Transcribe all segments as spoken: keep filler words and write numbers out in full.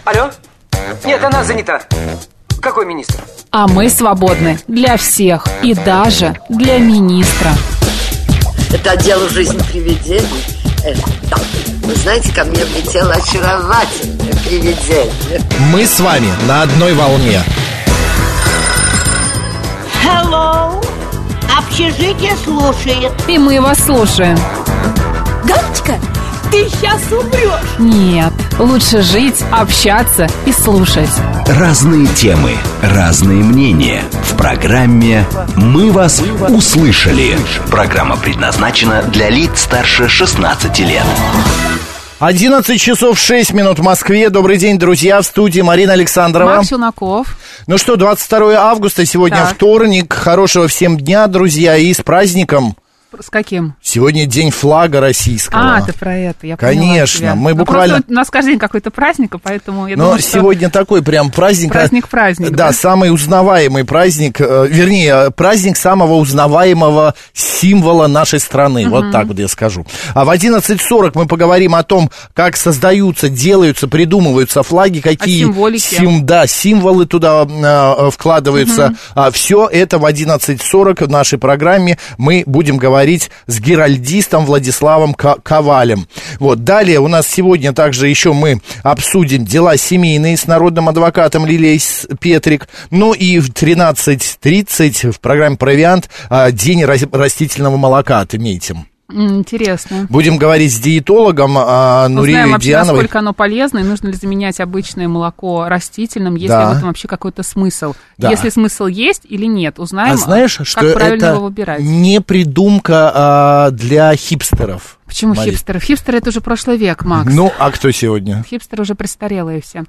Алло? Нет, она занята. Какой министр? А мы свободны для всех и даже для министра. Это отдел «Жизнь привидений». э, да. Вы знаете, ко мне влетело очаровательное привидение. Мы с вами на одной волне. Hello. Общежитие слушает. И мы вас слушаем. Галочка, ты сейчас умрешь. Нет, лучше жить, общаться и слушать. Разные темы, разные мнения. В программе «Мы вас услышали». Программа предназначена для лиц старше шестнадцати лет. одиннадцать часов шесть минут в Москве. Добрый день, друзья, в студии Марина Александрова. Марк Челноков. Ну что, двадцать второе августа, сегодня так. вторник. Хорошего всем дня, друзья, и с праздником. С каким? Сегодня день флага российского. А, ты про это, я Конечно, поняла тебя. мы ну, буквально... У нас каждый день какой-то праздник, поэтому я Но думаю, что... сегодня такой прям праздник... Праздник-праздник, да? Да, самый узнаваемый праздник, э, вернее, праздник самого узнаваемого символа нашей страны, uh-huh. вот так вот я скажу. А в одиннадцать сорок мы поговорим о том, как создаются, делаются, придумываются флаги, какие... Сим, да, символы туда э, вкладываются. Uh-huh. А, все это в одиннадцать сорок в нашей программе мы будем говорить с геральдистом Владиславом Ковалем. Вот, далее у нас сегодня также еще мы обсудим дела семейные с народным адвокатом Лилией Петрик. Ну и в тринадцать тридцать в программе «Провиант» день растительного молока отметим. Интересно. Будем говорить с диетологом а, Нурией Узнаем вообще, Диановой. насколько оно полезно, и нужно ли заменять обычное молоко растительным, есть да. ли в этом вообще какой-то смысл. Да. Если смысл есть или нет, узнаем, а знаешь, как что правильно это его выбирать. Не придумка а, для хипстеров. Почему Мария? Хипстеров? Хипстеры — это уже прошлый век, Макс. Ну, а кто сегодня? Хипстеры уже престарелые все.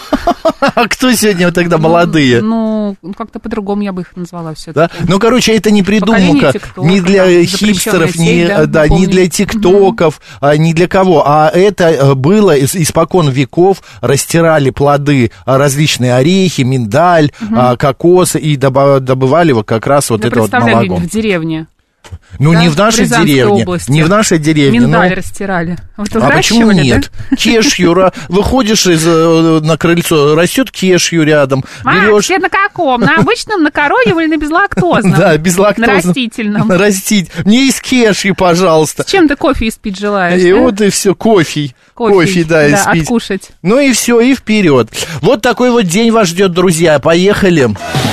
А кто сегодня тогда молодые? Ну, как-то по-другому я бы их назвала все-таки. Ну, короче, это не придумка ни для хипстеров, ни для тиктоков, ни для кого. А это было испокон веков. Растирали плоды, различные орехи, миндаль, кокос и добывали вот как раз вот это вот молоко. Представляю, в деревне. Ну, да? не в нашей в деревне, области. не в нашей деревне. Миндаль но... растирали. Вот а почему нет? Да? Кешью, выходишь из, на крыльцо, растет кешью рядом. Макс, берешь... тебе на каком? На обычном, на коровьем или на безлактозном? Да, безлактозном. На растительном. На растить. Мне из кешью, пожалуйста. С чем ты кофе испить желаешь? И да? вот и все, кофе. Кофе, кофе, да, да, испить. откушать. Ну и все, и вперед. Вот такой вот день вас ждет, друзья. Поехали.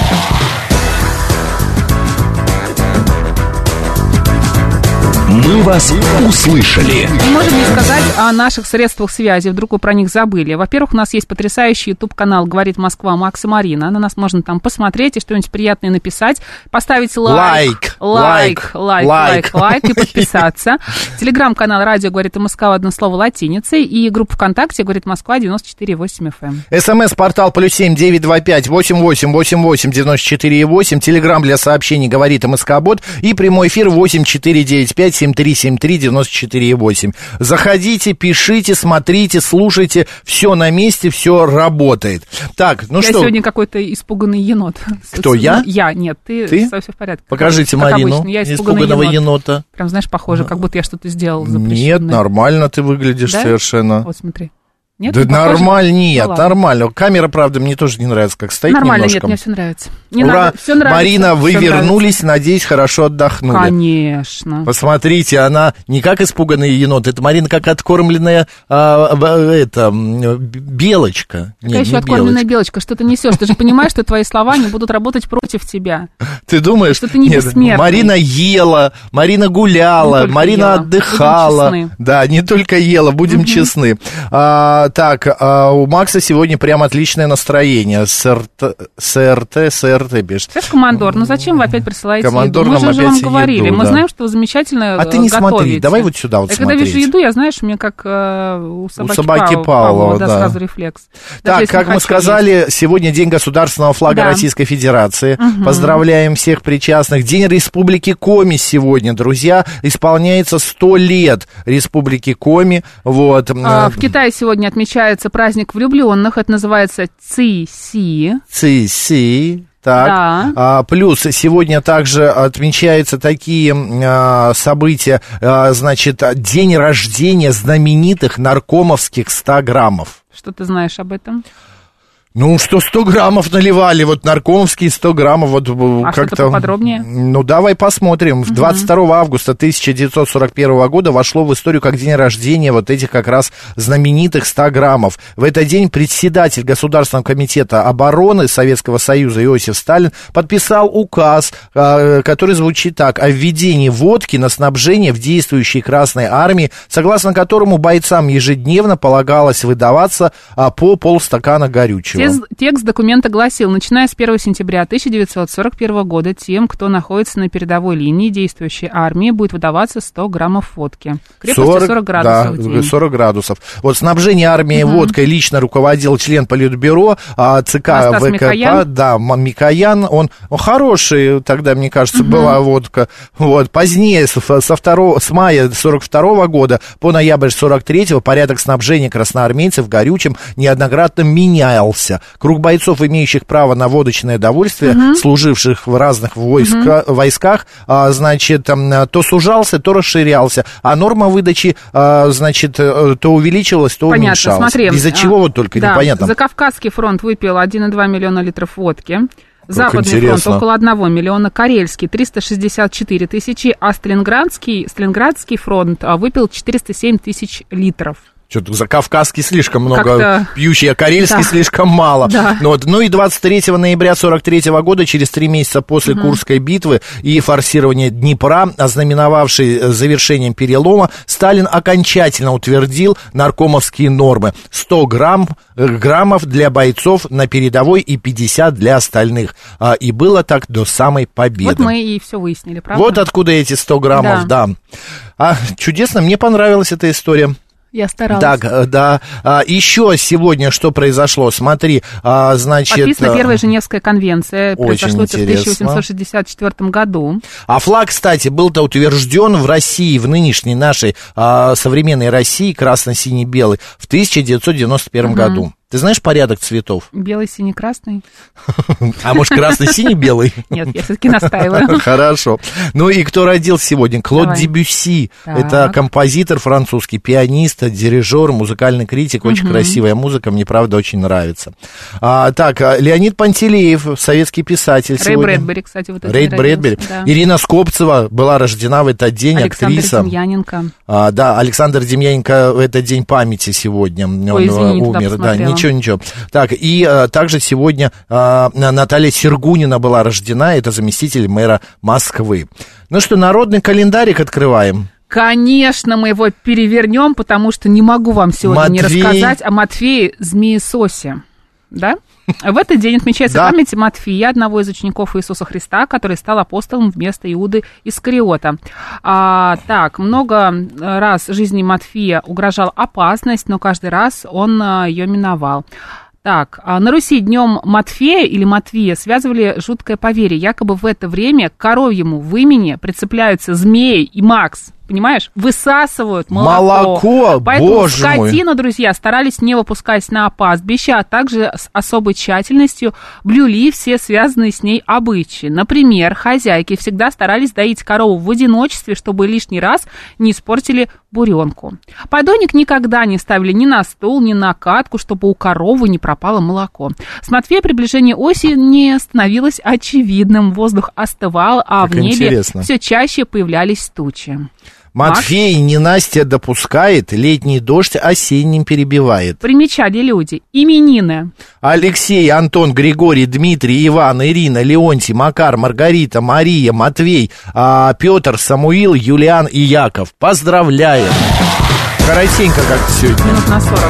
Мы вас услышали. Не можем не сказать о наших средствах связи, вдруг вы про них забыли. Во-первых, у нас есть потрясающий YouTube-канал «Говорит Москва» Макс и Марина. На нас можно там посмотреть и что-нибудь приятное написать, поставить лайк, лайк, лайк, лайк, лайк, лайк и подписаться. Телеграм-канал «Радио говорит Москва» одно слово латиницей и группа ВКонтакте «Говорит Москва» девяносто четыре и восемь эф эм. СМС-портал плюс семь девятьсот двадцать пять восемьдесят восемь восемьдесят восемь девяносто четыре и восемь. Телеграм для сообщений «Говорит МСК-бот» и прямой эфир восемь четыре девять пять семь три семь три девяносто четыре и восемь. Заходите, пишите, смотрите, слушайте, все на месте, все работает. Так, ну я что? Я сегодня какой-то испуганный енот. Кто, я? Я, нет, ты, ты? Все в порядке. Покажите как Марину, обычно. Я испуганного енот. енота. Прям, знаешь, похоже, как будто я что-то сделал запрещенное. Нет, нормально ты выглядишь, да? Совершенно. Вот смотри. Нет, да нормально, нет, ну, нормально. Камера, правда, мне тоже не нравится, как стоит нормально, немножко. Нормально, нет, мне все нравится. Не Ура! надо, все нравится. Марина, вы все вернулись, нравится. Надеюсь, хорошо отдохнули. Конечно. Посмотрите, она не как испуганный енот, это Марина как откормленная а, это, белочка. Какая еще откормленная белочка? Что ты несешь? Ты же понимаешь, что твои слова не будут работать против тебя. Ты думаешь? Что ты не бессмертный. Марина ела, Марина гуляла, Марина ела. отдыхала. Да, не только ела, будем угу. честны. А, так, а, у Макса сегодня прям отличное настроение. СРТ, СРТ, СРТ пишет. Слышь, командор, ну зачем вы опять присылаете командор еду? Мы же уже вам говорили. еду, Мы да. знаем, что вы замечательно А ты не готовите. смотри, давай вот сюда вот я смотреть. Когда вижу еду, я, знаешь, у меня как э, у собаки, у собаки Павлова, Павлова, да, да. сразу рефлекс. Так, Даже как мы сказали, есть. Сегодня день государственного флага да. Российской Федерации. Угу. Поздравляем всех причастных. День Республики Коми сегодня, друзья. Исполняется сто лет Республики Коми. Вот. А, в Китае сегодня отмечается праздник влюбленных. Это называется Ци-Си. Ци-Си. Так. Да. А, плюс сегодня также отмечаются такие а, события, а, значит, день рождения знаменитых наркомовских ста граммов. Что ты знаешь об этом? Ну, что сто граммов наливали, вот наркомовские сто граммов, вот а как-то... что-то поподробнее? Ну, давай посмотрим. Угу. двадцать второго августа тысяча девятьсот сорок первого года вошло в историю как день рождения вот этих как раз знаменитых ста граммов. В этот день председатель Государственного комитета обороны Советского Союза Иосиф Сталин подписал указ, который звучит так: о введении водки на снабжение в действующей Красной Армии, согласно которому бойцам ежедневно полагалось выдаваться по полстакана горючего. Текст документа гласил: начиная с первого сентября тысяча девятьсот сорок первого года тем, кто находится на передовой линии действующей армии, будет выдаваться сто граммов водки. Крепостью сорок градусов да, в день. сорок градусов. Вот снабжение армии угу. водкой лично руководил член Политбюро а, ЦК Астас ВКП. Микоян. Да, Микоян. Он, он хороший, тогда, мне кажется, угу. была водка. Вот. Позднее, со второго, с мая сорок второго года по ноябрь сорок третьего порядок снабжения красноармейцев горючим неоднократно менялся. Круг бойцов, имеющих право на водочное довольствие, uh-huh. служивших в разных войска, uh-huh. войсках, а, значит, то сужался, то расширялся, а норма выдачи, а, значит, то увеличивалась, то Понятно, уменьшалась. смотри, Из-за чего вот только да, непонятно. Закавказский фронт выпил один и два миллиона литров водки. Западный интересно. фронт около одного миллиона, Карельский триста шестьдесят четыре тысячи, а Сталинградский, Сталинградский фронт выпил четыреста семь тысяч литров. Что-то закавказский слишком много как-то... пьющий, а карельский да. слишком мало. Да. Ну, вот. Ну и двадцать третьего ноября сорок третьего года, через три месяца после угу. Курской битвы и форсирования Днепра, ознаменовавший завершением перелома, Сталин окончательно утвердил наркомовские нормы. сто грамм, граммов для бойцов на передовой и пятьдесят для остальных. И было так до самой победы. Вот мы и все выяснили, правда? Вот откуда эти сто граммов, да. да. А, чудесно, мне понравилась эта история. Я старалась. Так, да. А, еще сегодня что произошло? Смотри, а, значит... Подписана Первая Женевская конвенция. Произошло это в тысяча восемьсот шестьдесят четвёртом году. А флаг, кстати, был-то утвержден в России, в нынешней нашей а, современной России, красно-синий-белый, в тысяча девятьсот девяносто первом угу. году. Ты знаешь порядок цветов? Белый, синий, красный. А может, красный-синий, белый? Нет, я все-таки настаиваю. Хорошо. Ну и кто родился сегодня? Клод Дебюсси. Это композитор французский, пианист, дирижер, музыкальный критик. Очень красивая музыка, мне, правда, очень нравится. Так, Леонид Пантелеев, советский писатель сегодня. Рэй Брэдбери, кстати, вот это Рэй Брэдбери. Ирина Скопцева была рождена в этот день, Александр актриса. Александр Демьяненко. Да, Александр Демьяненко в этот день памяти сегодня. Ой, извини, умер. Да, ничего, ничего. Так, и а, также сегодня а, Наталья Сергунина была рождена, это заместитель мэра Москвы. Ну что, народный календарик открываем. Конечно, мы его перевернем, потому что не могу вам сегодня Матвей... не рассказать о Матфее Змеесосе. Да? В этот день отмечается да. память Матфея, одного из учеников Иисуса Христа, который стал апостолом вместо Иуды Искариота. А, так, много раз жизни Матфея угрожала опасность, но каждый раз он ее миновал. Так, на Руси днем Матфея или Матвея связывали жуткое поверье. Якобы в это время к коровьему вымени прицепляются змеи и Макс. Понимаешь, высасывают молоко. Молоко, Поэтому боже скотину, мой. друзья, старались не выпускать на пастбище, а также с особой тщательностью блюли все связанные с ней обычаи. Например, хозяйки всегда старались доить корову в одиночестве, чтобы лишний раз не испортили буренку. Подойник никогда не ставили ни на стол, ни на катку, чтобы у коровы не пропало молоко. С Матфея приближение осени становилось очевидным. Воздух остывал, а как в небе интересно. Все чаще появлялись тучи. Матфей ненастья допускает, летний дождь осенним перебивает. Примечали люди. Именины. Алексей, Антон, Григорий, Дмитрий, Иван, Ирина, Леонтий, Макар, Маргарита, Мария, Матвей, а, Петр, Самуил, Юлиан и Яков. Поздравляем! Коротенько как-то сегодня. Минут на сорок.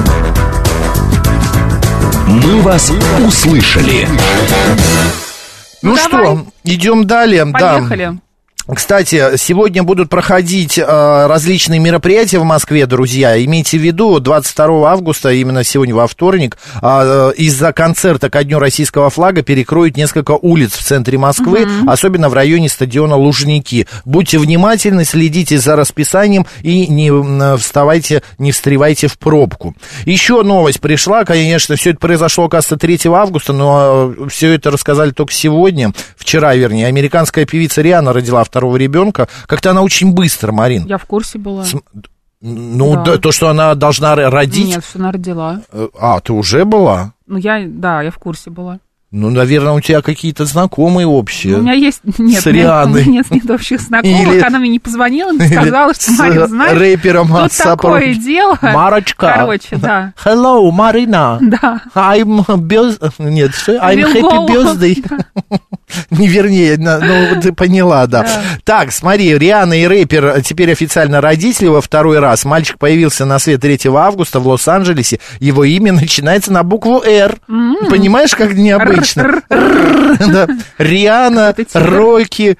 Мы вас услышали. Ну, Ну, что, давай. идем далее. Поехали. Да. Кстати, сегодня будут проходить э, различные мероприятия в Москве, друзья. Имейте в виду, двадцать второго августа, именно сегодня во вторник, э, из-за концерта ко Дню российского флага перекроют несколько улиц в центре Москвы, uh-huh. особенно в районе стадиона Лужники. Будьте внимательны, следите за расписанием и не вставайте, не встревайте в пробку. Еще новость пришла, конечно, все это произошло, кажется, третьего августа, но все это рассказали только сегодня, вчера, вернее. Американская певица Риhanna родила второго ребенка. Как-то она очень быстро, Марин. Я в курсе была. С... Ну, да. да, то, что она должна родить... Нет, что она родила. А, ты уже была? Ну, я, да, я в курсе была. Ну, наверное, у тебя какие-то знакомые общие. У меня есть... Нет, с Рианной. У меня нет, нет общих знакомых. Или... Она мне не позвонила, не сказала, что, Марин, знаешь, рэпером тут такое дело. Марочка. Короче, да. Hello, Марина. Да. I'm... Без... Нет, что? I'm happy birthday. Не вернее, ну, ты поняла, да. да. Так, смотри, Рианна и рэпер теперь официально родители во второй раз. Мальчик появился на свет третьего августа в Лос-Анджелесе. Его имя начинается на букву «Р». Mm-hmm. Понимаешь, как необычно? Рианна, Рокки,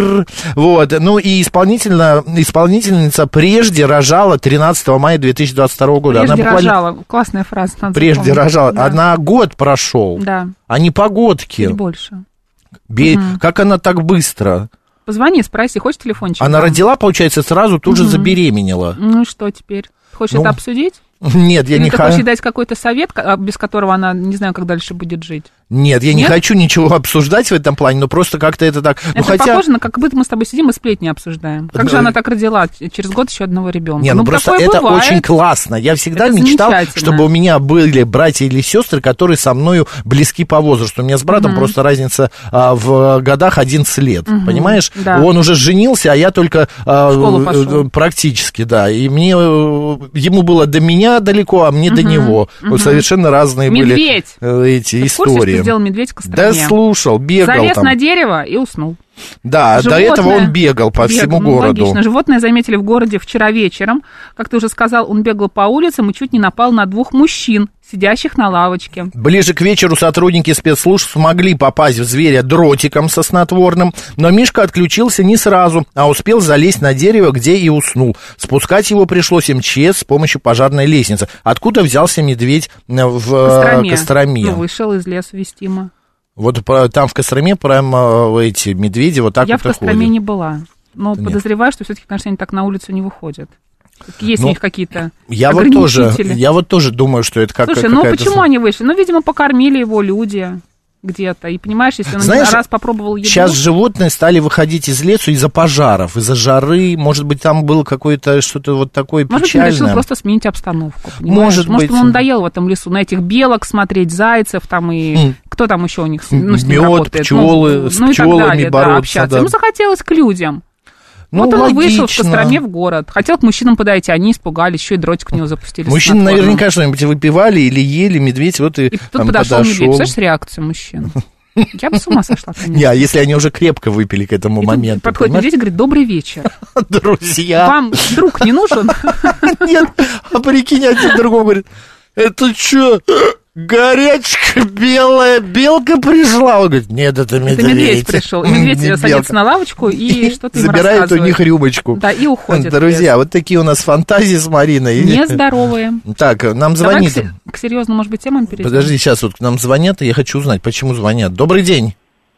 вот. Ну и исполнительница прежде рожала тринадцатого мая две тысячи двадцать второго года. Прежде рожала, классная фраза. Прежде рожала. Она год прошел, а не погодки. Чуть больше. Бе... Угу. Как она так быстро? Позвони, спроси, хочешь телефончик? Она там? родила, получается, сразу тут угу. же забеременела. Ну и что теперь? Хочешь ну... это обсудить? Нет, я Или не ты хочу. хочешь дать какой-то совет, без которого она не знаю, как дальше будет жить? Нет, я Нет? не хочу ничего обсуждать в этом плане, но просто как-то это так... Это ну, хотя... похоже на как будто мы с тобой сидим и сплетни обсуждаем. Как да. же она так родила через год еще одного ребенка? Не, ну, ну просто это бывает. Очень классно. Я всегда это мечтал, чтобы у меня были братья или сестры, которые со мною близки по возрасту. У меня с братом угу. просто разница а, в годах одиннадцать лет, угу. понимаешь? Да. Он уже женился, а я только а, в школу пошел. Практически, да. И мне, ему было до меня далеко, а мне угу. до него. Угу. Совершенно разные Медведь. были эти Ты истории. В курсе, что сделал медведь в Костроме? Да слушал, бегал Залез там. на дерево и уснул. Да, Животное, до этого он бегал по бегал, всему ну, городу. Логично. Животное заметили в городе вчера вечером. Как ты уже сказал, он бегал по улицам и чуть не напал на двух мужчин, сидящих на лавочке. Ближе к вечеру сотрудники спецслужб смогли попасть в зверя дротиком со снотворным, но Мишка отключился не сразу, а успел залезть на дерево, где и уснул. Спускать его пришлось эм че эс с помощью пожарной лестницы. Откуда взялся медведь в Костроме? Костроме? Ну, вышел из леса вестимо. Вот там в Костроме прям эти медведи вот так Я вот в Костроме ходят. не была, но Нет. подозреваю, что все-таки, конечно, они так на улицу не выходят. Есть ну, у них какие-то я вот тоже, я вот тоже думаю, что это как Слушай, какая-то... ну почему они вышли? Ну, видимо, покормили его люди где-то. И понимаешь, если он Знаешь, раз попробовал еду... сейчас животные стали выходить из лесу из-за пожаров, из-за жары. Может быть, там было какое-то что-то вот такое Может печальное. Может быть, он решил просто сменить обстановку, понимаешь? Может, Может быть. ему надоело в этом лесу на этих белок смотреть, зайцев там и... Mm. Кто там еще у них ну, с ним Мед, работает? пчелы, ну, с ну, пчелами и так далее, бороться. Да, общаться. Да. Ему захотелось к людям. Ну, вот он логично. вышел в Костроме в город. Хотел к мужчинам подойти, они испугались, еще и дротик в него запустили. Мужчины наверняка что-нибудь выпивали или ели, медведь вот и, и тут там, подошел, подошел медведь. Представляешь реакцию мужчин? Я бы с ума сошла, конечно. Не, а если они уже крепко выпили к этому и моменту. Подходит медведь и говорит: добрый вечер. Друзья. Вам друг не нужен? Нет, а прикинь, один другому говорит: это что, горячка белая белка пришла? Он говорит: нет, это медведь. Это медведь пришел. И медведь Не садится на лавочку и что-то ему забирает рассказывает. у них рюмочку. Да, и уходит. Друзья, вот такие у нас фантазии с Мариной. Нездоровые. Так, нам звонит. Давай к, к серьезным, может быть, темам перейдем. Подожди, сейчас вот к нам звонят, и я хочу узнать, почему звонят. Добрый день.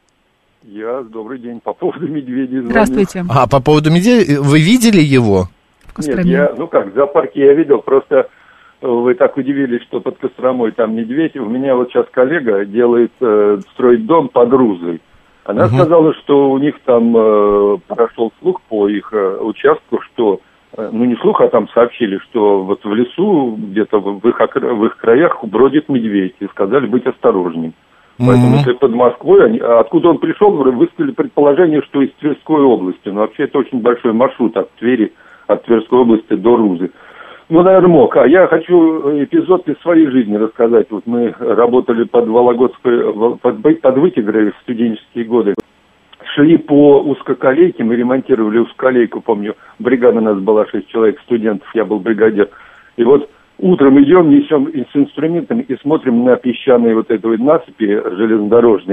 Я, добрый день, по поводу медведей звоню. Здравствуйте. А, по поводу медведя, вы видели его? Нет, я, ну как, в зоопарке я видел, просто вы так удивились, что под Костромой там медведь. У меня вот сейчас коллега делает, э, строит дом под Рузой. Она угу. сказала, что у них там э, прошел слух по их э, участку, что, э, ну не слух, а там сообщили, что вот в лесу, где-то в их, в их краях бродит медведь, и сказали быть осторожнее. Поэтому, если под Москвой, они, а откуда он пришел, высказали предположение, что из Тверской области. Но вообще это очень большой маршрут от Твери, от Тверской области до Рузы. Ну, наверное, мог. А я хочу эпизод из своей жизни рассказать. Вот мы работали под Вологодской, под, под Вытегрой в студенческие годы. Шли по узкоколейке, мы ремонтировали узкоколейку, помню, бригада у нас была, шесть человек, студентов, я был бригадир. И вот утром идем, несем с инструментами и смотрим на песчаные вот этой вот насыпи железнодорожной.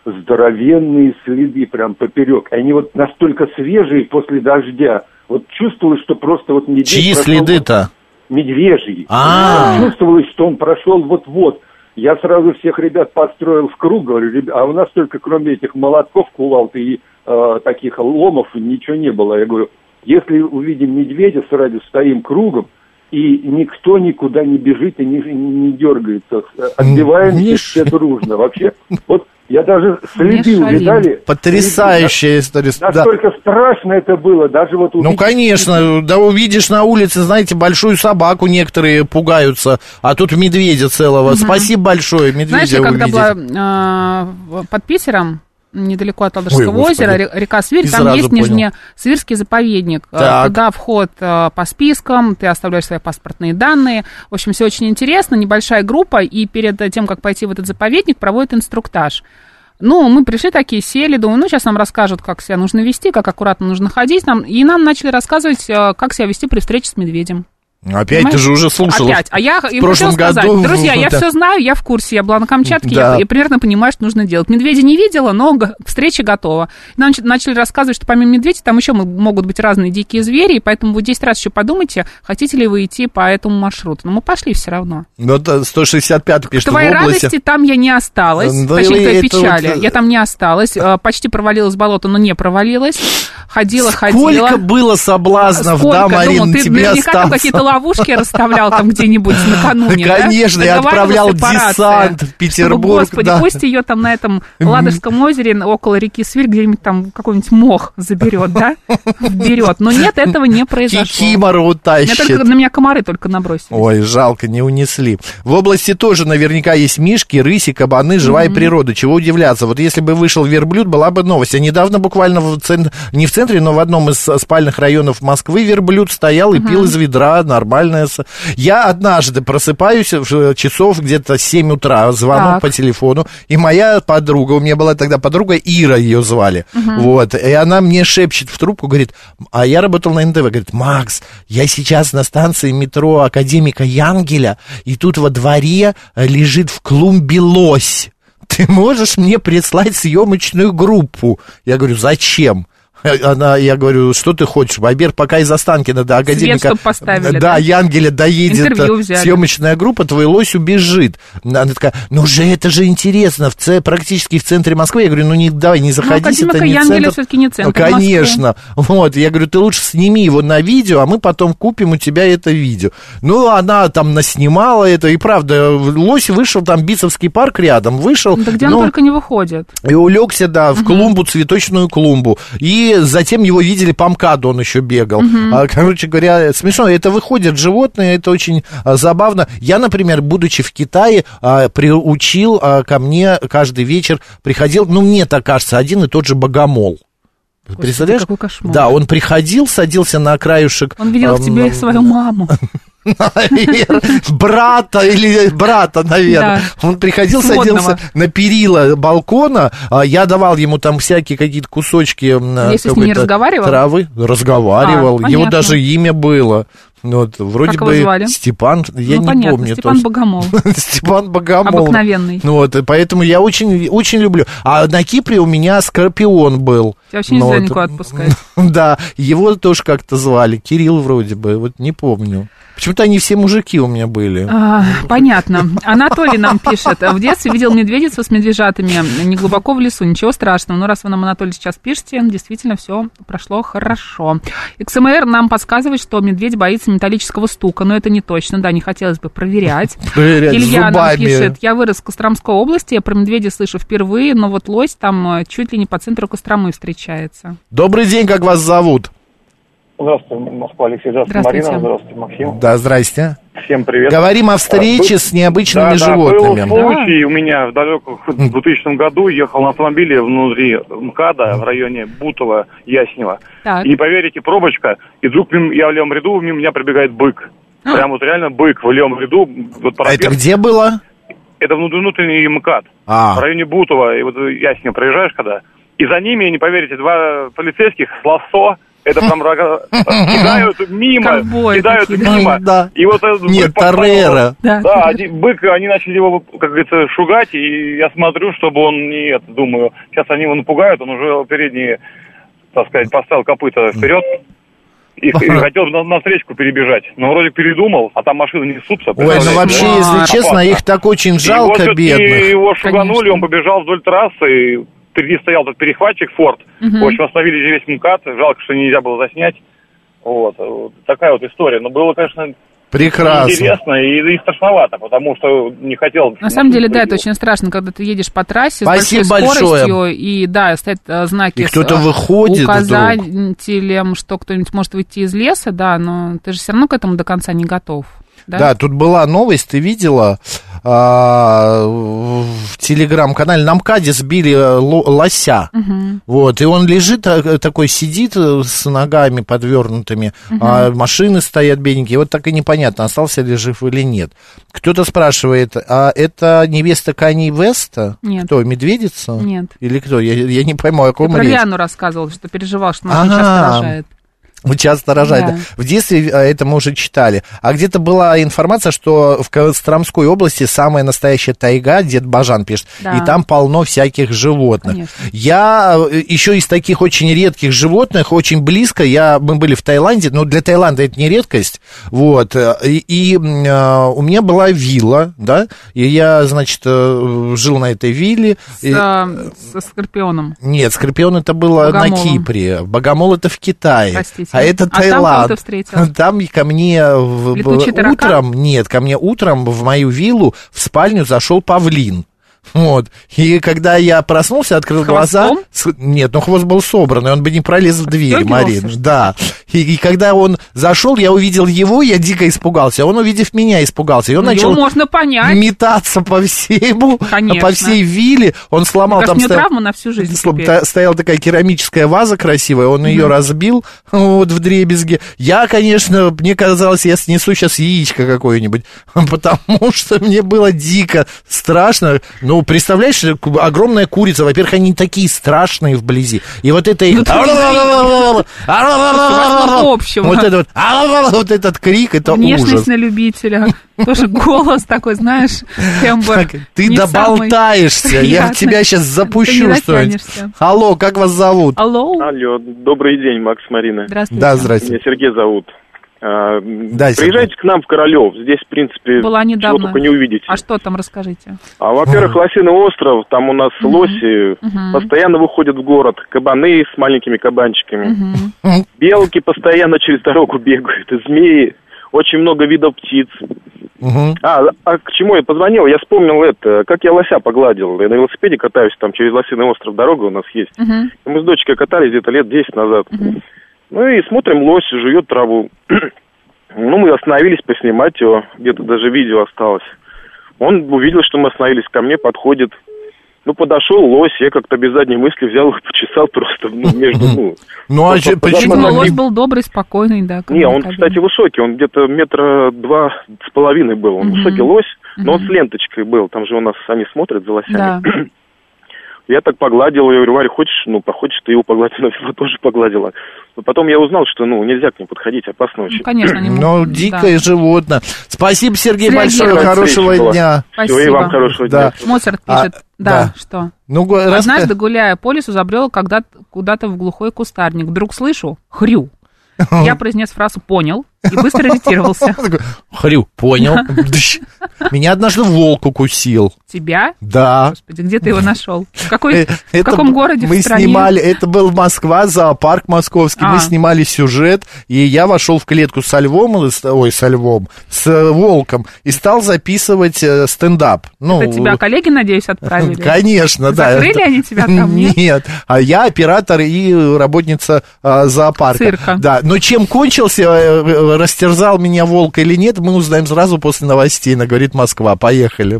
здоровенные следы прям поперек. Они вот настолько свежие после дождя. Вот чувствовалось, что просто вот медведь... Чьи прошел... следы-то? Медвежьи. А-а-а. Чувствовалось, что он прошел вот-вот. Я сразу всех ребят построил в круг, говорю, а у нас только кроме этих молотков, кувалд и э, таких ломов ничего не было. Я говорю, если увидим медведя, сразу стоим кругом, и никто никуда не бежит и не, не дергается. Отбиваемся все дружно. Вообще, вот я даже следы увидали. Потрясающая история. Настолько да. страшно это было, даже вот увидеть... Ну, конечно, да увидишь на улице, знаете, большую собаку некоторые пугаются, а тут медведя целого. Угу. Спасибо большое, медведя Знаете, увидеть. когда была э, под Питером, недалеко от Ладожского Ой, озера, река Свирь, и там есть понял. Нижнесвирский заповедник. Так. Туда вход по спискам, ты оставляешь свои паспортные данные. В общем, все очень интересно, небольшая группа, и перед тем, как пойти в этот заповедник, проводят инструктаж. Ну, мы пришли такие, сели, думаю, ну, сейчас нам расскажут, как себя нужно вести, как аккуратно нужно ходить. Нам, и нам начали рассказывать, как себя вести при встрече с медведем. Опять Понимаешь? Ты же уже слушала. Опять. А я им хотела сказать, году... друзья, я да. все знаю, я в курсе, я была на Камчатке, да. я, я примерно понимаю, что нужно делать. Медведя не видела, но к встрече готова. Нам начали рассказывать, что помимо медведя там еще могут быть разные дикие звери, и поэтому вы десять раз еще подумайте, хотите ли вы идти по этому маршруту. Но мы пошли все равно. Ну, это сто шестьдесят пятый пишет, к твоей в области... радости там я не осталась, да, точнее, к твоей печали. Вот... Я там не осталась, почти провалилась в болото, но не провалилась. Ходила, Сколько ходила. Сколько было соблазнов, Сколько? да, Марина, Думал, ты тебе наверняка остался. там какие-то ловушки расставлял там где-нибудь накануне, Конечно, да? я отправлял Сепарация, десант в Петербург. Чтобы, Господи, да. пусть ее там на этом Ладожском озере, около реки Свирь, где-нибудь там какой-нибудь мох заберет, да? Вберет. Но нет, этого не произошло. Кикимора утащит. Меня только, на меня комары только набросились. Ой, жалко, не унесли. В области тоже наверняка есть мишки, рыси, кабаны, живая mm-hmm. природа. Чего удивляться? Вот если бы вышел верблюд, была бы новость. А недавно буквально в центре, не в центре, но в одном из спальных районов Москвы верблюд стоял и mm-hmm. пил из ведра. Нормальное. Я однажды просыпаюсь в часов где-то семь утра, звонок так. по телефону, и моя подруга, у меня была тогда подруга Ира, ее звали, uh-huh. вот, и она мне шепчет в трубку, говорит, а я работал на эн тэ вэ, говорит, Макс, я сейчас на станции метро Академика Янгеля, и тут во дворе лежит в клумбе лось, ты можешь мне прислать съемочную группу? Я говорю, зачем? Она, я говорю, что ты хочешь, Бобер, пока из Останкина до Академика, Свет, поставили, да, да? Янгеля доедет съемочная группа, твой лось убежит. Она такая, ну же, это же интересно, в ц... практически в центре Москвы. Я говорю, ну не, давай, не заходись, ну, это не Янгеля центр. все-таки не центр Конечно. Москвы. Вот, я говорю, ты лучше сними его на видео, а мы потом купим у тебя это видео. Ну, она там наснимала это, и правда, лось вышел, там Битцевский парк рядом, вышел. Да где но... он только не выходит. И улегся, да, в угу. клумбу, цветочную клумбу. И затем его видели по МКАДу, он еще бегал. Uh-huh. Короче говоря, смешно. Это выходят животные, это очень а, забавно. Я, например, будучи в Китае, а, приучил а, ко мне каждый вечер приходил, ну, мне так кажется, один и тот же богомол. Господи, представляешь? Какой кошмар. Да, он приходил, садился на краюшек. Он видел а, в тебе свою маму. Брата или брата, наверное. Да. Он приходил, Сводного. Садился на перила балкона. Я давал ему там всякие какие-то кусочки Если с ним не разговаривал? Травы. Разговаривал. А, его даже имя было. Вот, вроде как бы его звали? Степан, я ну, не понятно, помню. Степан точно. Богомол. Степан Богомол. Обыкновенный. Ну, вот, поэтому я очень, очень люблю. А на Кипре у меня скорпион был. Тебя вообще нельзя вот, никуда отпускать. Да, его тоже как-то звали. Кирилл вроде бы, вот не помню. Почему-то они все мужики у меня были. А, понятно. Анатолий нам пишет. В детстве видел медведицу с медвежатами. Не глубоко в лесу, ничего страшного. Но раз вы нам, Анатолий, сейчас пишете, действительно все прошло хорошо. икс эм эр нам подсказывает, что медведь боится металлического стука. Но это не точно, да, не хотелось бы проверять. Проверять Илья зубами. нам пишет. Я вырос в Костромской области, я про медведя слышу впервые, но вот лось там чуть ли не по центру Костромы встречается. Добрый день, как вас зовут? Здравствуйте, Москва, Алексей. Здравствуйте, Здравствуйте. Марина. Здравствуйте, Максим. Да, здрасте. Всем привет. Говорим о встрече а, с необычными да, животными. Да, был случай, да. У меня в далеком двухтысячном году ехал на автомобиле внутри МКАДа в районе Бутова, Яснева. Так. И не поверите, пробочка, и вдруг я в левом ряду, мимо меня пробегает бык. А? Прям вот реально бык в левом ряду. Вот а это где было? Это внутренний МКАД. А. В районе Бутова, и вот Яснева проезжаешь когда. И за ними, не поверите, два полицейских с лассо Это там кидают мимо, кидают мимо. Да. И вот нет, Тореро. Да, да один, бык, они начали его, как говорится, шугать, и я смотрю, чтобы он не, это, думаю, сейчас они его напугают, он уже передние, так сказать, поставил копыта вперед. И, и хотел на, на встречку перебежать, но вроде передумал, а там машины несутся. Ой, ну вообще, если опасно. Честно, их так очень жалко, его, бедных. Его шуганули, он побежал вдоль трассы, и впереди стоял этот перехватчик Форд. Угу. В общем, остановили весь МКАД, жалко, что нельзя было заснять. Вот, вот такая вот история. Но было, конечно, прекрасно. Интересно и, и страшновато, потому что не хотел... На самом деле, да, это очень страшно, когда ты едешь по трассе Спасибо с большой большое. скоростью, и, да, стоят знаки и с кто-то выходит указателем, вдруг. Что кто-нибудь может выйти из леса, да, но ты же все равно к этому до конца не готов. Да, да, тут была новость, ты видела, а, в телеграм-канале на МКАДе сбили лося, угу. Вот, и он лежит такой, сидит с ногами подвернутыми, угу. А машины стоят бедненькие, вот так и непонятно, остался ли жив или нет. Кто-то спрашивает, а это невеста Канье Веста? Нет. Кто, медведица? Нет. Или кто? Я, я не пойму, о ком ты речь. про Риану рассказывал, что переживал, что она очень часто рожает. Часто рожает. Да. В детстве это мы уже читали. А где-то была информация, что в Костромской области самая настоящая тайга, дед Бажан пишет, да. И там полно всяких животных. Конечно. Я еще из таких очень редких животных, очень близко, я, мы были в Таиланде, но для Таиланда это не редкость, вот, и, и а, у меня была вилла, да, и я, значит, жил на этой вилле. С, и... Со скорпионом. Нет, скорпион это было Богомолом. На Кипре, богомол это в Китае. Простите. А это а Таиланд. Там, там ко мне в, утром, нет, ко мне утром в мою виллу в спальню зашел павлин. Вот. И когда я проснулся, открыл глаза... С... Нет, ну хвост был собранный, он бы не пролез в дверь, Марина. Да. И, и когда он зашел, я увидел его, я дико испугался. Он, увидев меня, испугался. И он ну, начал можно понять. метаться по всему, Конечно. По всей вилле. Он сломал там... там... Стоял... травма на всю жизнь теперь. Стояла такая керамическая ваза красивая, он mm-hmm. ее разбил вот вдребезги. Я, конечно, мне казалось, я снесу сейчас яичко какое-нибудь, потому что мне было дико страшно. Ну, представляешь, огромная курица, во-первых, они такие страшные вблизи. И вот это их... Вот это вот, вот этот крик, это ужас. Внешность на любителя. Тоже голос такой, знаешь, тембр. Ты доболтаешься, я в тебя сейчас запущу что-нибудь. Алло, как вас зовут? Алло. Алло, добрый день, Макс, Марина. Здравствуйте. Да, здравствуйте. Меня Сергей зовут. А, да, приезжайте Сергей. К нам в Королёв. Здесь, в принципе, была недавно. чего только не увидите. А что там, расскажите? А, во-первых, Лосиный остров, там у нас uh-huh. лоси uh-huh. постоянно выходят в город. Кабаны с маленькими кабанчиками. Uh-huh. Белки постоянно через дорогу бегают. И змеи. Очень много видов птиц. Uh-huh. А, а к чему я позвонил? Я вспомнил это, как я лося погладил. Я на велосипеде катаюсь, там через Лосиный остров дорога у нас есть. Uh-huh. Мы с дочкой катались где-то лет десять назад. Uh-huh. Ну и смотрим, лось жует траву. Ну, мы остановились поснимать его, где-то даже видео осталось. Он увидел, что мы остановились, ко мне подходит. Ну, подошел лось, я как-то без задней мысли взял и почесал просто, ну, между, ну... Ну, а почему? Лось был добрый, спокойный, да? Не, он, кстати, высокий, он где-то метра два с половиной был. Он высокий лось, но он с ленточкой был, там же у нас они смотрят за лосями. Я так погладил, я говорю, Варя, хочешь, ну, хочешь, ты его погладил, она его тоже погладила. Но потом я узнал, что, ну, нельзя к ним подходить, опасно очень. Ну, конечно, не могут. Ну, дикое да. животное. Спасибо, Сергей, большое, хорошего дня. Спасибо. Всего и вам хорошего да. дня. Моцарт пишет, а, да, да, что? Ну, однажды, раска... гуляя по лесу, забрел когда-то, куда-то в глухой кустарник. Вдруг слышу хрю. Я произнес фразу «понял» и быстро ретировался. Хрю, понял. Меня однажды волк укусил. Тебя? Да. Господи, где ты его нашел? В, какой, в каком городе, мы в стране? Снимали, это был Москва, зоопарк московский. А. Мы снимали сюжет, и я вошел в клетку со львом, ой, со львом, с волком, и стал записывать э, стендап. Ну, это тебя коллеги, надеюсь, отправили? Конечно, да. Закрыли они тебя там, нет? Нет, а я оператор и работница э, зоопарка. Цирка. Да, но чем кончился, э, растерзал меня волк или нет, мы узнаем сразу после новостей, на «Говорит Москва». Поехали.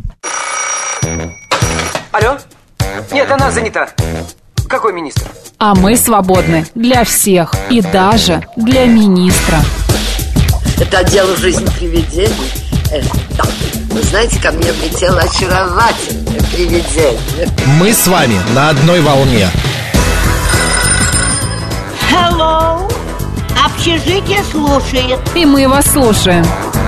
Алло? Нет, она занята. Какой министр? А мы свободны для всех и даже для министра. Это дело жизни привидений. Э, да. Вы знаете, ко мне влетело очаровательное привидение. Мы с вами на одной волне. Hello, Общежитие слушает. И мы вас слушаем.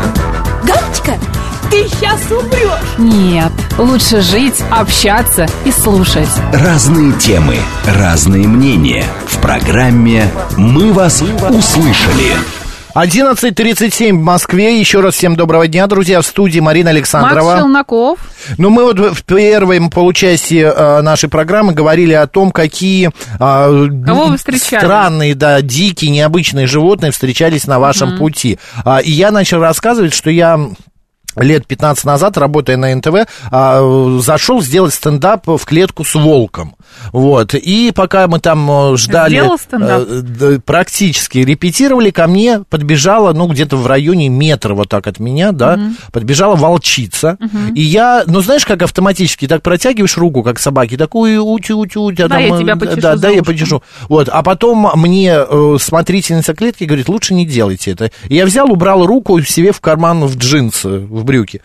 Галочка, ты сейчас умрешь. Нет, лучше жить, общаться и слушать. Разные темы, разные мнения. В программе «Мы вас услышали». одиннадцать тридцать семь в Москве. Еще раз всем доброго дня, друзья. В студии Марина Александрова. Макс Челноков. Ну, мы вот в первом получасе э, нашей программы говорили о том, какие э, Кого вы встречали? странные, да, дикие, необычные животные встречались на вашем mm-hmm. пути. А, и я начал рассказывать, что я... лет пятнадцать назад, работая на эн тэ вэ, а, зашел сделать стендап в клетку с волком. Вот. И пока мы там ждали... Сделал стендап? Э, практически репетировали, ко мне подбежала, ну, где-то в районе метра вот так от меня, да, угу. подбежала волчица. Угу. И я, ну, знаешь, как автоматически так протягиваешь руку, как собаки, такую ути-ути-ути. Да, там, я тебя почешу. Да, да, я почешу. Вот. А потом мне э, смотрительница клетки говорит, лучше не делайте это. И я взял, убрал руку себе в карман в джинсы, в брюки.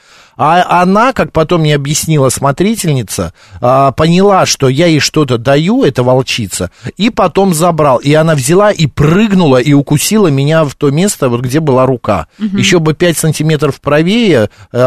А она, как потом мне объяснила смотрительница, поняла, что я ей что-то даю, эта волчица, и потом забрал. И она взяла и прыгнула, и укусила меня в то место, вот где была рука. Угу. Еще бы пять сантиметров правее,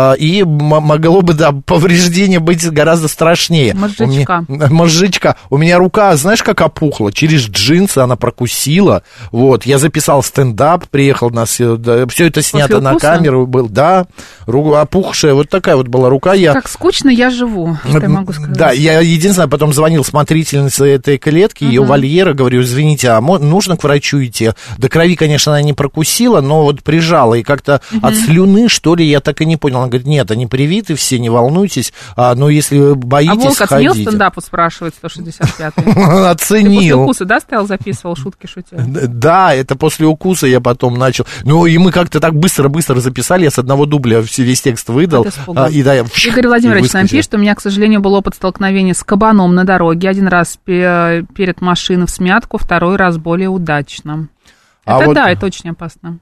и могло бы, да, повреждение быть гораздо страшнее. Мозжечка. У меня, мозжечка. У меня рука, знаешь, как опухла? Через джинсы она прокусила. Вот, я записал стендап, приехал на... Да, все это снято на камеру. Был, да, рука опухшая. Вот такая вот была рука. Я... Как скучно я живу, что я могу сказать. Да, я единственное, потом звонил смотрительнице этой клетки, uh-huh. ее вольера, говорю, извините, а нужно к врачу идти? До крови, конечно, она не прокусила, но вот прижала, и как-то uh-huh. от слюны, что ли, я так и не понял. Она говорит, нет, они привиты все, не волнуйтесь, а, но если вы боитесь, ходите. А волк отменил стендапу, спрашивает сто шестьдесят пятый. Оценил. Ты после укуса, да, стоял, записывал, шутки шутил? Да, это после укуса я потом начал. Ну, и мы как-то так быстро-быстро записали, я с одного дубля весь текст выдал. А, и, да, я, Игорь Владимирович нам пишет, что у меня, к сожалению, был опыт столкновения с кабаном на дороге. Один раз пе- перед машиной в смятку, второй раз более удачно. Это а вот, да, это очень опасно.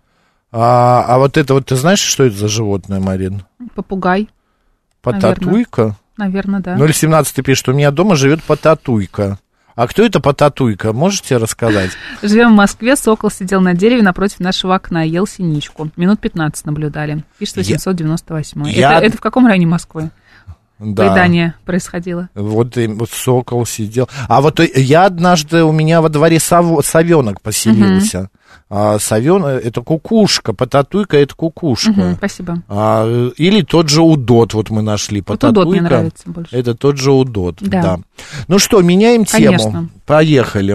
А, а вот это вот, ты знаешь, что это за животное, Марин? Попугай. Потатуйка? Наверное, да. ноль семнадцать пишет, у меня дома живет потатуйка. А кто это потатуйка? Можете рассказать? Живем в Москве, сокол сидел на дереве напротив нашего окна, ел синичку. Минут пятнадцать наблюдали. Пишет восемьсот девяносто восьмой. Я... Это, это в каком районе Москвы? Да. Поедание происходило. Вот, вот сокол сидел. А вот я однажды, у меня во дворе сов... совенок поселился. Угу. А, совен, это кукушка, потатуйка это кукушка. Угу, спасибо. А, или тот же удот, вот мы нашли. Вот удот мне нравится больше. Это тот же удот, да. да. Ну что, меняем тему. Конечно. Поехали.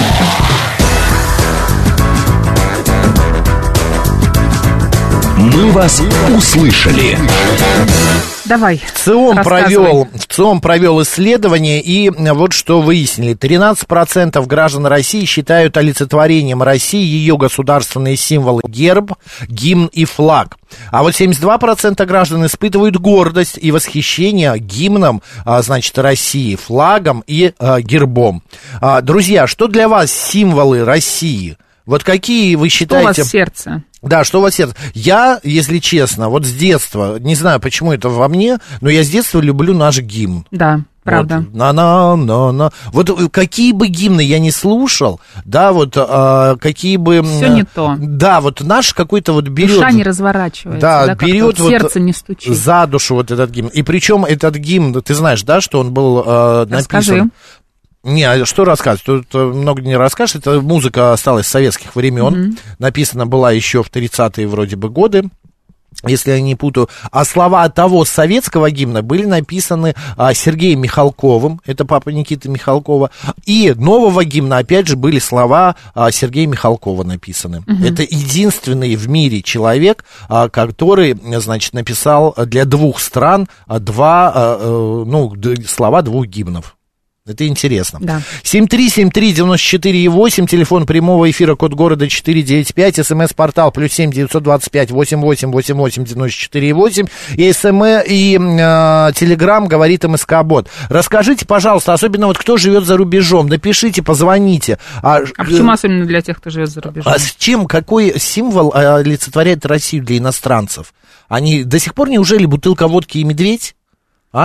Мы вас услышали. Давай. ЦИОМ провел, ЦИОМ провел исследование, и вот что выяснили. тринадцать процентов граждан России считают олицетворением России ее государственные символы герб, гимн и флаг. А вот семьдесят два процента граждан испытывают гордость и восхищение гимном, значит, России, флагом и а, гербом. А, друзья, что для вас символы России? Вот какие вы считаете... Что у вас в сердце? Да, что у вас сердце? Я, если честно, вот с детства, не знаю, почему это во мне, но я с детства люблю наш гимн. Да, правда. Вот, на-на-на-на. Вот какие бы гимны я не слушал, да, вот а, какие бы... Все не то. Да, вот наш какой-то вот берет... Душа не разворачивается, да, да, берет вот сердце не стучит. За душу вот этот гимн. И причем этот гимн, ты знаешь, да, что он был а, написан... Расскажи. Не, что рассказывать? Тут много не расскажешь. Это музыка осталась с советских времен. Mm-hmm. Написана была еще в тридцатые вроде бы годы, если я не путаю. А слова того советского гимна были написаны а, Сергеем Михалковым, это папа Никиты Михалкова. И нового гимна, опять же, были слова а, Сергея Михалкова написаны. Mm-hmm. Это единственный в мире человек, а, который, значит, написал для двух стран а, два, а, а, ну, слова двух гимнов. Это интересно. Да. семь три семь три девяносто четыре восемь, телефон прямого эфира, код города четыреста девяносто пять, смс-портал плюс семь девятьсот двадцать пять восемь восемь восемь восемь девяносто четыре восемь, и смс, и э, телеграм говорит МСК-бот. Расскажите, пожалуйста, особенно вот кто живет за рубежом, напишите, позвоните. А, а почему особенно для тех, кто живет за рубежом? А с чем, какой символ олицетворяет Россию для иностранцев? Они до сих пор, неужели бутылка водки и медведь? А?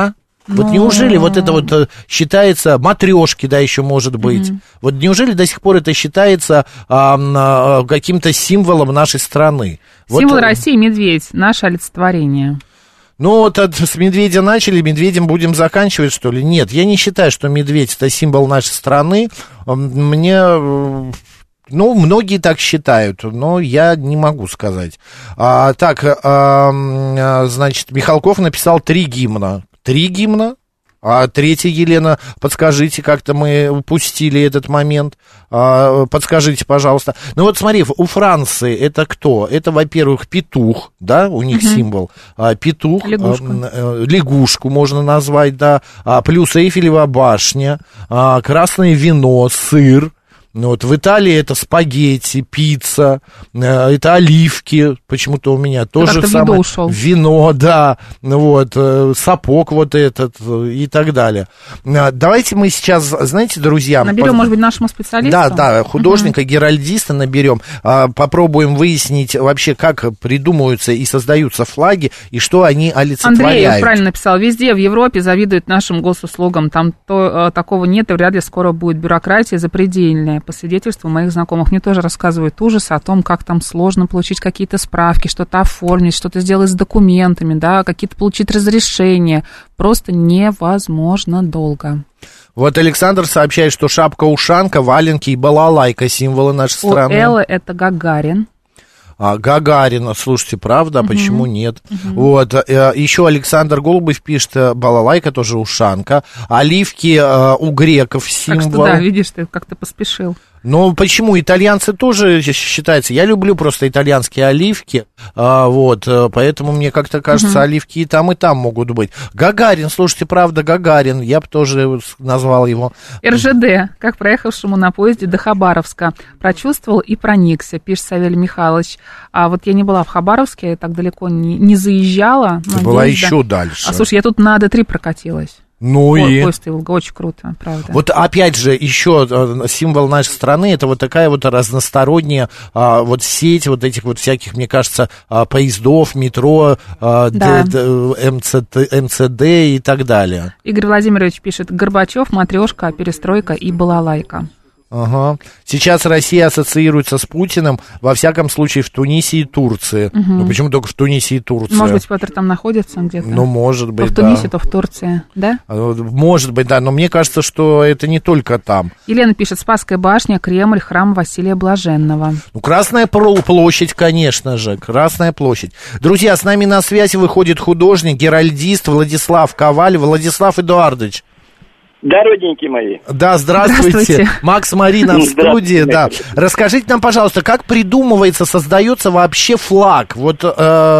Но... Вот неужели вот это вот считается, матрешки, да, еще может быть, mm-hmm. вот неужели до сих пор это считается а, а, каким-то символом нашей страны? Символ вот... России — медведь, наше олицетворение. Ну, вот от, с медведя начали, медведем будем заканчивать, что ли? Нет, я не считаю, что медведь — это символ нашей страны. Мне... Ну, многие так считают, но я не могу сказать. А, так, а, значит, Михалков написал три гимна. Три гимна? А третья, Елена, подскажите, как-то мы упустили этот момент. А, подскажите, пожалуйста. Ну вот смотри, у Франции это кто? Это, во-первых, петух, да, у них угу. символ. А, петух, лягушку. А, лягушку можно назвать, да. А, плюс Эйфелева башня, а, красное вино, сыр. Вот, в Италии это спагетти, пицца, это оливки, почему-то у меня тоже самое, вино, да, вот, сапог вот этот и так далее. Давайте мы сейчас, знаете, друзья... Наберем, под... может быть, нашему специалисту? Да, да, художника, угу. геральдиста наберем, попробуем выяснить вообще, как придумываются и создаются флаги, и что они олицетворяют. Андрей правильно написал, везде в Европе завидуют нашим госуслугам, там то, такого нет, и вряд ли скоро будет бюрократия запредельная. По свидетельству моих знакомых, мне тоже рассказывают ужасы о том, как там сложно получить какие-то справки, что-то оформить, что-то сделать с документами, да, какие-то получить разрешения. Просто невозможно долго. Вот Александр сообщает, что шапка-ушанка, валенки и балалайка — символы нашей страны. У Эллы это Гагарин. А, Гагарина, слушайте, правда, uh-huh. почему нет? Uh-huh. Вот, еще Александр Голубев пишет, балалайка тоже ушанка, оливки у греков символ. Так что да, видишь, ты как-то поспешил. Ну, почему? Итальянцы тоже считаются. Я люблю просто итальянские оливки, а, вот, поэтому мне как-то кажется, uh-huh. оливки и там, и там могут быть. Гагарин, слушайте, правда, Гагарин, я бы тоже назвал его. эр жэ дэ, как проехавшему на поезде до Хабаровска, прочувствовал и проникся, пишет Савелий Михайлович. А вот я не была в Хабаровске, я так далеко не, не заезжала. Ты была еще дальше. А слушай, я тут на Д три прокатилась. Ну Ой, и... Поезд Волга, очень круто, правда. Вот опять же, еще символ нашей страны, это вот такая вот разносторонняя а, вот сеть вот этих вот всяких, мне кажется, а, поездов, метро, а, да. д, д, эм цэ тэ, эм цэ дэ и так далее. Игорь Владимирович пишет, Горбачев, матрешка, перестройка и балалайка. Ага. Сейчас Россия ассоциируется с Путиным, во всяком случае, в Тунисе и Турции. Угу. Ну, почему только в Тунисе и Турции? Может быть, Петр там находится где-то? Ну, может быть, то в Тунисе, да. то в Турции, да? Может быть, да, но мне кажется, что это не только там. Елена пишет, Спасская башня, Кремль, храм Василия Блаженного. Ну, Красная площадь, конечно же, Красная площадь. Друзья, с нами на связи выходит художник, геральдист Владислав Коваль. Владислав Эдуардович. Да, родненькие мои. Да, здравствуйте. здравствуйте. Макс Марина в студии, да. Расскажите нам, пожалуйста, как придумывается, создается вообще флаг? Вот э, э,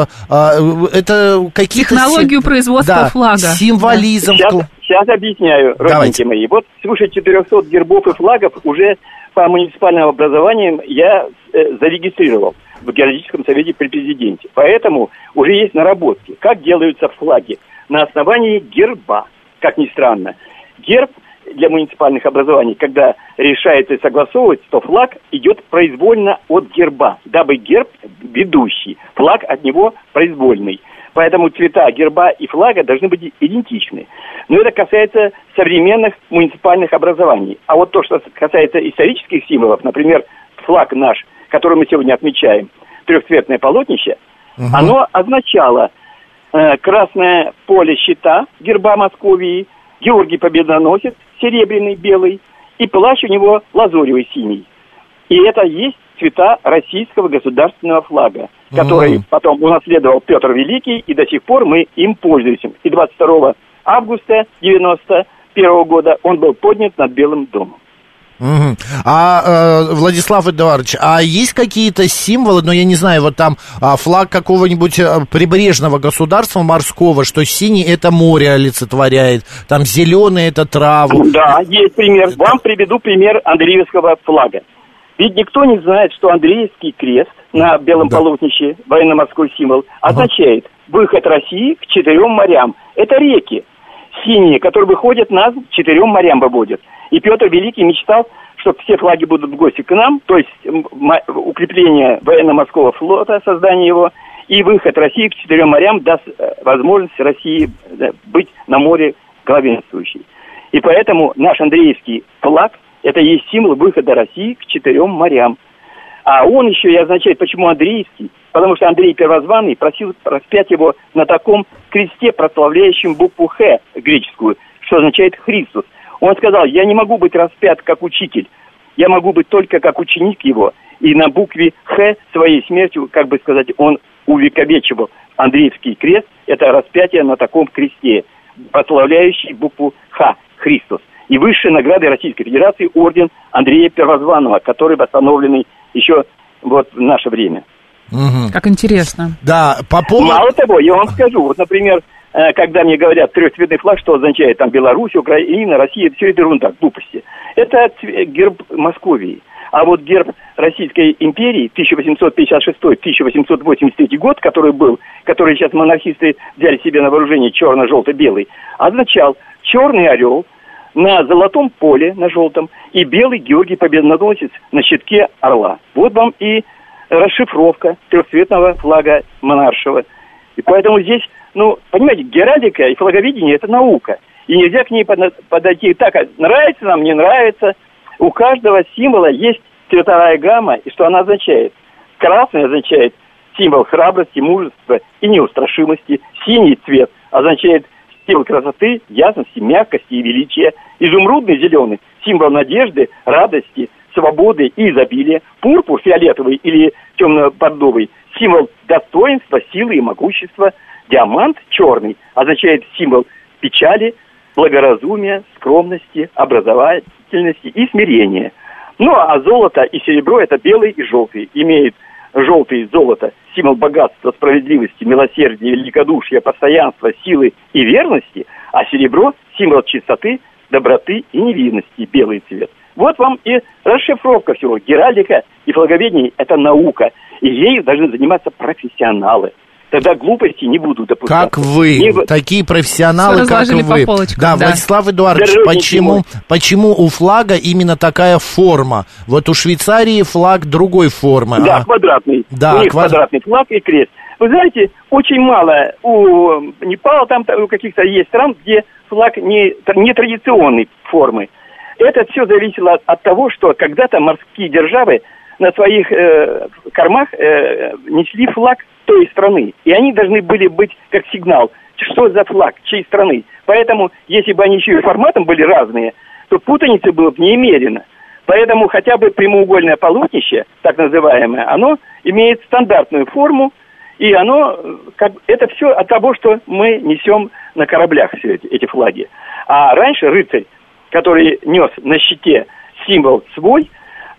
это какие-то... Технологию си... производства да, флага. Символизм. Сейчас, сейчас объясняю, родненькие Давайте. мои. Вот свыше четырехсот гербов и флагов уже по муниципальным образованиям я э, зарегистрировал в Геологическом совете при президенте. Поэтому уже есть наработки, как делаются флаги на основании герба, как ни странно. Герб для муниципальных образований, когда решается и согласовывается, то флаг идет произвольно от герба, дабы герб ведущий, флаг от него произвольный. Поэтому цвета герба и флага должны быть идентичны. Но это касается современных муниципальных образований. А вот то, что касается исторических символов, например, флаг наш, который мы сегодня отмечаем, трехцветное полотнище, угу. оно означало э, красное поле щита герба Московии, Георгий Победоносец, серебряный, белый, и плащ у него лазоревый, синий. И это есть цвета российского государственного флага, который mm. потом унаследовал Петр Великий, и до сих пор мы им пользуемся. И двадцать второго августа девяносто первого года он был поднят над Белым домом. Угу. А, э, Владислав Эдуардович, а есть какие-то символы, ну, я не знаю, вот там а, флаг какого-нибудь прибрежного государства морского, что синий это море олицетворяет, там зеленый это траву. Да, есть пример. Вам приведу пример Андреевского флага. Ведь никто не знает, что Андреевский крест на белом да. полотнище, военно-морской символ, означает ага. выход России к четырем морям. Это реки синие, которые выходят нас к четырем морям выводят. И Петр Великий мечтал, что все флаги будут в гости к нам, то есть укрепление военно-морского флота, создание его, и выход России к четырем морям даст возможность России быть на море главенствующий. И поэтому наш Андреевский флаг – это и есть символ выхода России к четырем морям. А он еще и означает, почему Андреевский? Потому что Андрей Первозванный просил распять его на таком кресте, прославляющем букву «Х» греческую, что означает «Христос». Он сказал: я не могу быть распят как учитель, я могу быть только как ученик его. И на букве «Х» своей смертью, как бы сказать, он увековечивал Андреевский крест, это распятие на таком кресте, прославляющий букву «Х» Христос. И высшей наградой Российской Федерации орден Андрея Первозванного, который восстановленный еще вот в наше время. Угу. Как интересно. Да, по поводу... Мало того, я вам скажу, вот, например, когда мне говорят трехцветный флаг, что означает там Беларусь, Украина, Россия, все это ерунда, глупости. Это герб Московии. А вот герб Российской империи тысяча восемьсот пятьдесят шестой — тысяча восемьсот восемьдесят третий год, который был, который сейчас монархисты взяли себе на вооружение, черно-желто-белый, означал черный орел на золотом поле, на желтом, и белый Георгий Победоносец на щитке орла. Вот вам и расшифровка трехцветного флага монаршего. И поэтому здесь, ну, понимаете, геральдика и флаговидение – это наука. И нельзя к ней подойти так, нравится нам, не нравится. У каждого символа есть цветовая гамма, и что она означает? Красный означает символ храбрости, мужества и неустрашимости. Синий цвет означает символ красоты, ясности, мягкости и величия. Изумрудный зеленый – символ надежды, радости, свободы и изобилия. Пурпур фиолетовый или темно-бордовый – символ достоинства, силы и могущества. Диамант черный означает символ печали, благоразумия, скромности, образовательности и смирения. Ну, а золото и серебро – это белый и желтый. Имеет желтый золото – символ богатства, справедливости, милосердия, великодушия, постоянства, силы и верности, а серебро – символ чистоты, доброты и невинности, белый цвет. Вот вам и расшифровка всего. Геральдика и флаговедение – это наука, и ею должны заниматься профессионалы. Тогда глупости не буду допускать. Как вы, не... такие профессионалы, как и вы. Полочкам, да, да, Владислав Эдуардович, почему, почему у флага именно такая форма? Вот у Швейцарии флаг другой формы. Да, а... квадратный. Да, у них квад... квадратный флаг и крест. Вы знаете, очень мало у Непала, там у каких-то есть стран, где флаг не, не традиционной формы. Это все зависело от, от того, что когда-то морские державы на своих э, кормах э, несли флаг той страны. И они должны были быть как сигнал, что за флаг, чьей страны. Поэтому, если бы они еще и форматом были разные, то путаницы было бы немерено. Поэтому хотя бы прямоугольное полотнище, так называемое, оно имеет стандартную форму, и оно, как, это все от того, что мы несем на кораблях все эти, эти флаги. А раньше рыцарь, который нес на щите символ свой,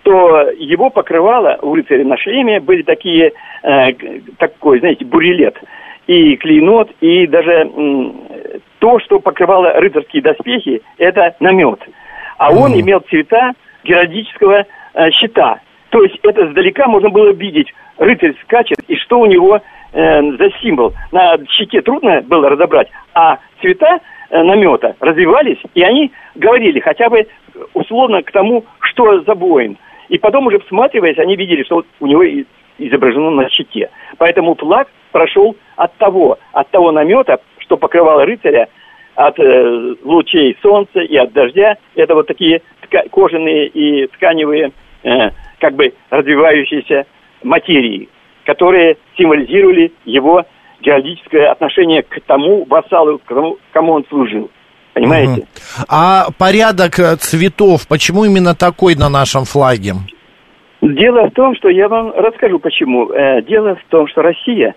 то его покрывало, у рыцаря на шлеме были такие, э, такой, знаете, бурелет, и клейнот, и даже э, то, что покрывало рыцарские доспехи, это намет. А он mm. имел цвета геральдического э, щита. То есть это сдалека можно было видеть, рыцарь скачет, и что у него э, за символ. На щите трудно было разобрать, а цвета э, намета развивались, и они говорили хотя бы условно к тому, что за воин. И потом уже всматриваясь, они видели, что у него изображено на щите. Поэтому флаг прошел от того, от того намета, что покрывало рыцаря, от э, лучей солнца и от дождя. Это вот такие тка- кожаные и тканевые, э, как бы развивающиеся материи, которые символизировали его геральдическое отношение к тому вассалу, к тому, кому он служил. Понимаете? Угу. А порядок цветов, почему именно такой на нашем флаге? Дело в том, что я вам расскажу, почему. Дело в том, что Россия,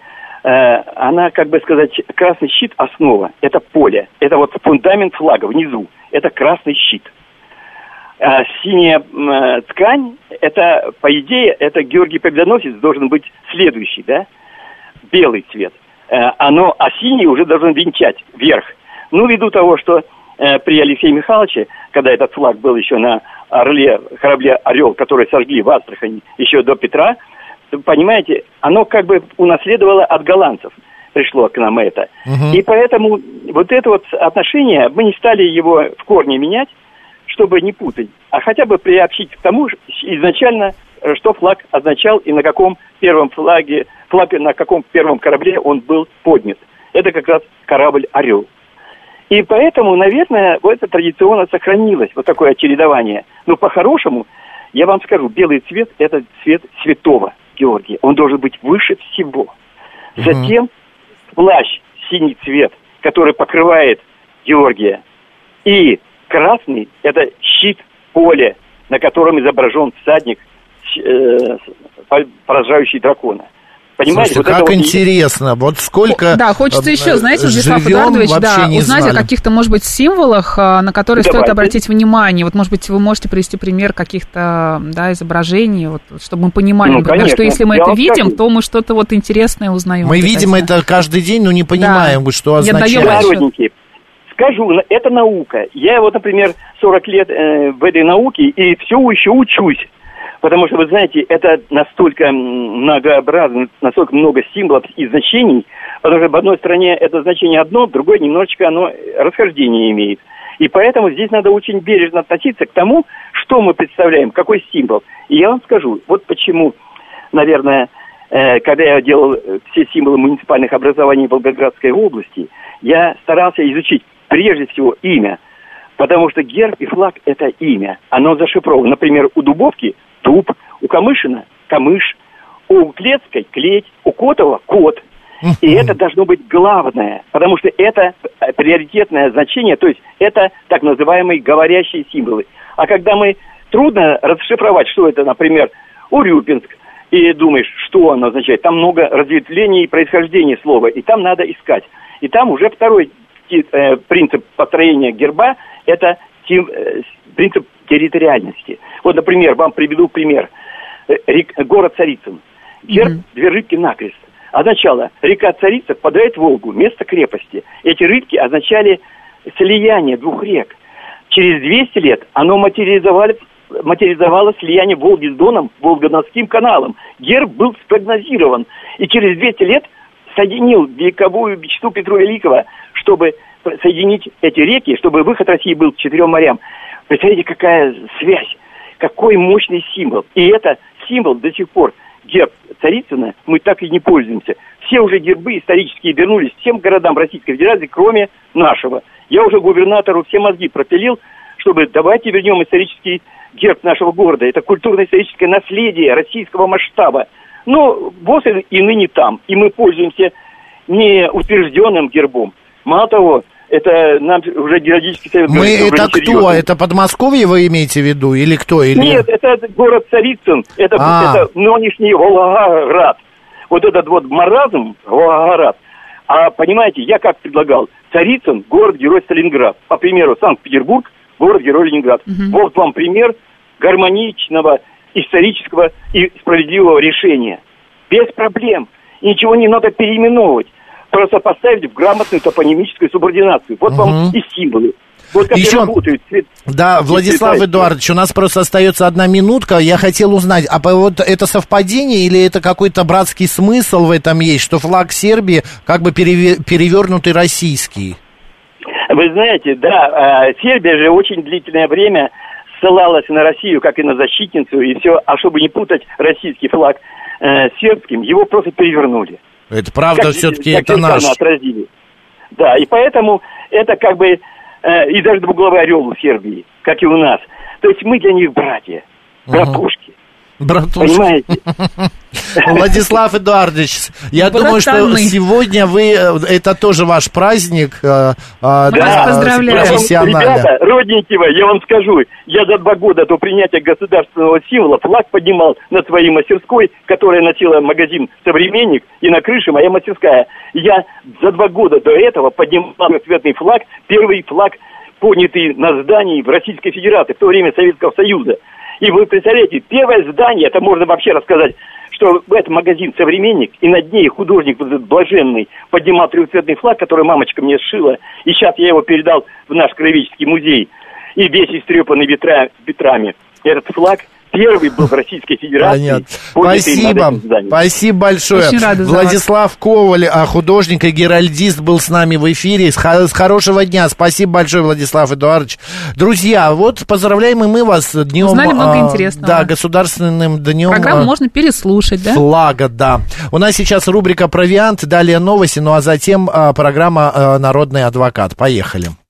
она, как бы сказать, красный щит – основа, это поле, это вот фундамент флага внизу, это красный щит. А синяя ткань, это, по идее, это Георгий Победоносец должен быть следующий, да? Белый цвет. Оно, а синий уже должен венчать вверх. Ну, ввиду того, что э, при Алексее Михайловиче, когда этот флаг был еще на орле, корабле «Орел», который сожгли в Астрахани еще до Петра, понимаете, оно как бы унаследовало от голландцев, пришло к нам это. Угу. И поэтому вот это вот отношение, мы не стали его в корне менять, чтобы не путать, а хотя бы приобщить к тому, изначально, что флаг означал и на каком первом флаге, флаг на каком первом корабле он был поднят. Это как раз корабль «Орел». И поэтому, наверное, вот это традиционно сохранилось, вот такое чередование. Но по-хорошему, я вам скажу, белый цвет – это цвет святого Георгия. Он должен быть выше всего. Затем плащ, синий цвет, который покрывает Георгия. И красный – это щит, поле, на котором изображен всадник, э, поражающий дракона. Понимаете, Слушайте, вот как это интересно. Вот, вот сколько Да, хочется еще, знаете, Владислав Эдуардович, да, узнать о каких-то, может быть, символах, на которые Давайте. стоит обратить внимание. Вот, может быть, вы можете привести пример каких-то, да, изображений, вот, чтобы мы понимали, ну, например, что если мы Я это видим, скажу. то мы что-то вот интересное узнаем. Мы видим это каждый день, но не понимаем, да. что означает. Народники, скажу, это наука. Я вот, например, сорок лет э, в этой науке и все еще учусь. Потому что, вы знаете, это настолько многообразно, настолько много символов и значений, потому что в одной стране это значение одно, в другой немножечко оно расхождение имеет. И поэтому здесь надо очень бережно относиться к тому, что мы представляем, какой символ. И я вам скажу, вот почему, наверное, когда я делал все символы муниципальных образований Волгоградской области, я старался изучить прежде всего имя. Потому что герб и флаг – это имя. Оно зашифровано. Например, у Дубовки – дуб, у Камышина – камыш, у Клецкой – клеть, у Котова – кот. И это должно быть главное, потому что это приоритетное значение, то есть это так называемые говорящие символы. А когда мы трудно расшифровать, что это, например, Урюпинск, и думаешь, что оно означает, там много разветвлений и происхождения слова, и там надо искать. И там уже второй э, принцип построения герба – это тем, э, принцип территориальности. Вот, например, вам приведу пример. Рек, город Царицын. Герб mm-hmm. две рыбки накрест. Означало, река Царица впадает в Волгу, место крепости. Эти рыбки означали слияние двух рек. Через двести лет оно материализовалось, материализовало слияние Волги с Доном, Волго-Донским каналом. Герб был спрогнозирован. И через двести лет соединил вековую мечту Петра Великого, чтобы соединить эти реки, чтобы выход России был к четырем морям. Представляете, какая связь, какой мощный символ. И это символ до сих пор, герб Царицына, мы так и не пользуемся. Все уже гербы исторические вернулись всем городам Российской Федерации, кроме нашего. Я уже губернатору все мозги пропилил, чтобы давайте вернем исторический герб нашего города. Это культурно-историческое наследие российского масштаба. Но ВОЗ и ныне там. И мы пользуемся не утвержденным гербом. Мало того, это нам уже геологический совет... Мы это кто? Серьезно. Это Подмосковье вы имеете в виду? Или кто? Или... Нет, это город Царицын. Это, это нынешний Волгоград. Вот этот вот маразм, Волгоград. А понимаете, я как предлагал? Царицын, город-герой Сталинград. По примеру, Санкт-Петербург, город-герой Ленинград. Угу. Вот вам пример гармоничного, исторического и справедливого решения. Без проблем. И ничего не надо переименовывать. Просто поставить в грамотную топонимическую субординацию. Вот угу. вам и символы. Вот как Еще... работают. Цвет... Да, Владислав цвета. Эдуардович, у нас просто остается одна минутка. Я хотел узнать, а вот это совпадение или это какой-то братский смысл в этом есть, что флаг Сербии как бы перевер... перевернутый российский? Вы знаете, да, Сербия же очень длительное время ссылалась на Россию, как и на защитницу, и все. А чтобы не путать российский флаг э, сербским, его просто перевернули. Это правда, как, все-таки как это наш. Отразили. Да, и поэтому это как бы, э, и даже двуглавый орел у Сербии, как и у нас. То есть мы для них братья, братушки. Братушки. Понимаете? Владислав Эдуардович, я думаю, что сегодня вы, это тоже ваш праздник. Мы вас поздравляем. Ребята, родненькие, я вам скажу, я за два года до принятия государственного символа флаг поднимал над своей мастерской, которая носила магазин «Современник», и на крыше моя мастерская. Я за два года до этого поднимал цветный флаг, первый флаг, поднятый на здании в Российской Федерации, в то время Советского Союза. И вы представляете, первое здание, это можно вообще рассказать, что в этом магазин «Современник», и над ней художник блаженный поднимал трехцветный флаг, который мамочка мне сшила, и сейчас я его передал в наш краеведческий музей, и весь истрепанный ветра, ветрами. Этот флаг первый был в Российской Федерации. Спасибо. Спасибо большое. Владислав Коваль, художник и геральдист, был с нами в эфире. С хорошего дня. Спасибо большое, Владислав Эдуардович. Друзья, вот поздравляем и мы вас днем... Узнали много а, интересного. Да, государственным днем... Программу а, можно переслушать, да? Флага, да. У нас сейчас рубрика «Провиант», далее новости, ну а затем а, программа а, «Народный адвокат». Поехали.